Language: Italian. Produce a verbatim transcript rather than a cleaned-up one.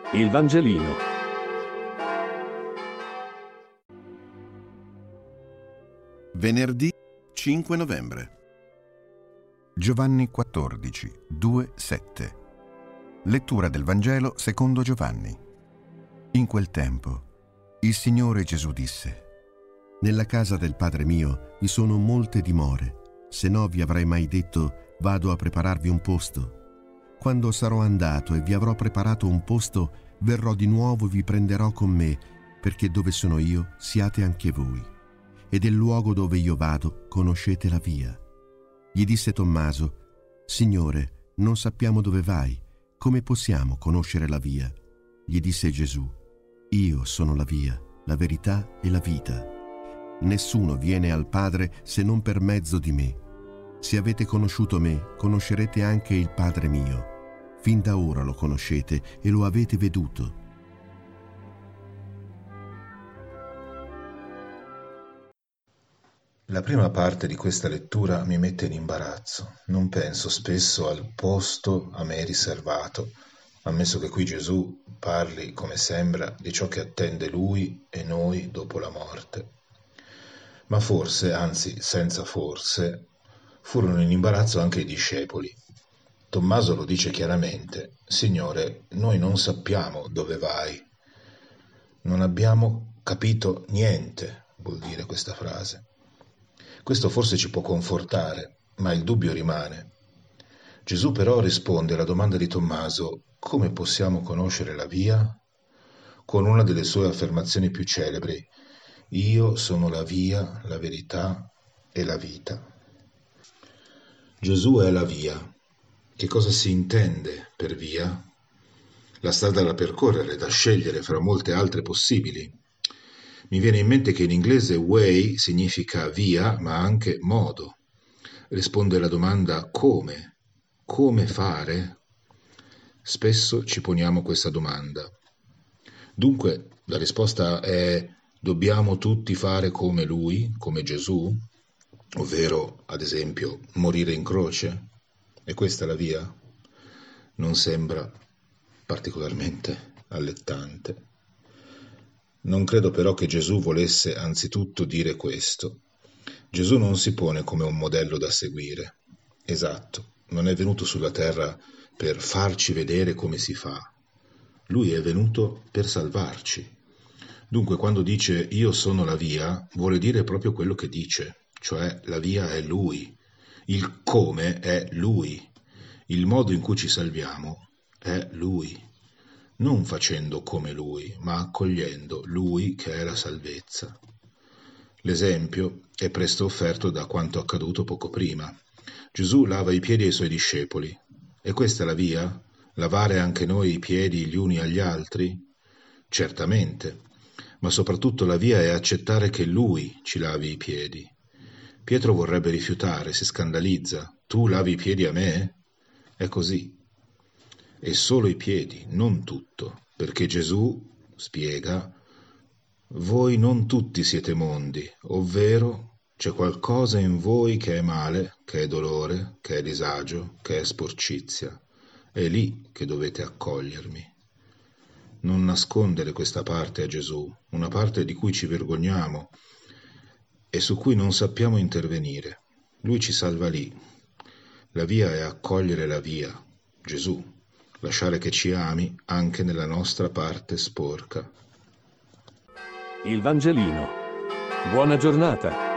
Il Vangelino. Venerdì cinque novembre. Giovanni quattordici, due sette. Lettura del Vangelo secondo Giovanni. In quel tempo, il Signore Gesù disse: «Nella casa del Padre mio vi sono molte dimore, se no vi avrei mai detto: vado a prepararvi un posto. Quando sarò andato e vi avrò preparato un posto, verrò di nuovo e vi prenderò con me, perché dove sono io siate anche voi. E del luogo dove io vado conoscete la via». Gli disse Tommaso: «Signore, non sappiamo dove vai, come possiamo conoscere la via?» Gli disse Gesù: «Io sono la via, la verità e la vita. Nessuno viene al Padre se non per mezzo di me. Se avete conosciuto me, conoscerete anche il Padre mio. Fin da ora lo conoscete e lo avete veduto». La prima parte di questa lettura mi mette in imbarazzo. Non penso spesso al posto a me riservato, ammesso che qui Gesù parli, come sembra, di ciò che attende lui e noi dopo la morte. Ma forse, anzi senza forse, furono in imbarazzo anche i discepoli. Tommaso lo dice chiaramente: «Signore, noi non sappiamo dove vai». Non abbiamo capito niente, vuol dire questa frase. Questo forse ci può confortare, ma il dubbio rimane. Gesù però risponde alla domanda di Tommaso: come possiamo conoscere la via? Con una delle sue affermazioni più celebri: io sono la via, la verità e la vita. Gesù è la via. Che cosa si intende per via? La strada da percorrere, da scegliere fra molte altre possibili. Mi viene in mente che in inglese way significa via, ma anche modo. Risponde alla domanda come? Come fare? Spesso ci poniamo questa domanda. Dunque, la risposta è: dobbiamo tutti fare come lui, come Gesù? Ovvero, ad esempio, morire in croce? E questa è la via? Non sembra particolarmente allettante. Non credo però che Gesù volesse anzitutto dire questo. Gesù non si pone come un modello da seguire. Esatto, non è venuto sulla terra per farci vedere come si fa. Lui è venuto per salvarci. Dunque, quando dice io sono la via, vuole dire proprio quello che dice, cioè la via è Lui, il come è Lui, il modo in cui ci salviamo è Lui. Non facendo come Lui, ma accogliendo Lui che è la salvezza. L'esempio è presto offerto da quanto accaduto poco prima. Gesù lava i piedi ai suoi discepoli. E questa è la via? Lavare anche noi i piedi gli uni agli altri? Certamente, ma soprattutto la via è accettare che Lui ci lavi i piedi. Pietro vorrebbe rifiutare, si scandalizza. Tu lavi i piedi a me? È così. E solo i piedi, non tutto, perché Gesù spiega: voi non tutti siete mondi, ovvero c'è qualcosa in voi che è male, che è dolore, che è disagio, che è sporcizia. È lì che dovete accogliermi. Non nascondere questa parte a Gesù, una parte di cui ci vergogniamo e su cui non sappiamo intervenire. Lui ci salva lì. La via è accogliere la via, Gesù. Lasciare che ci ami anche nella nostra parte sporca. Il Vangelino. Buona giornata.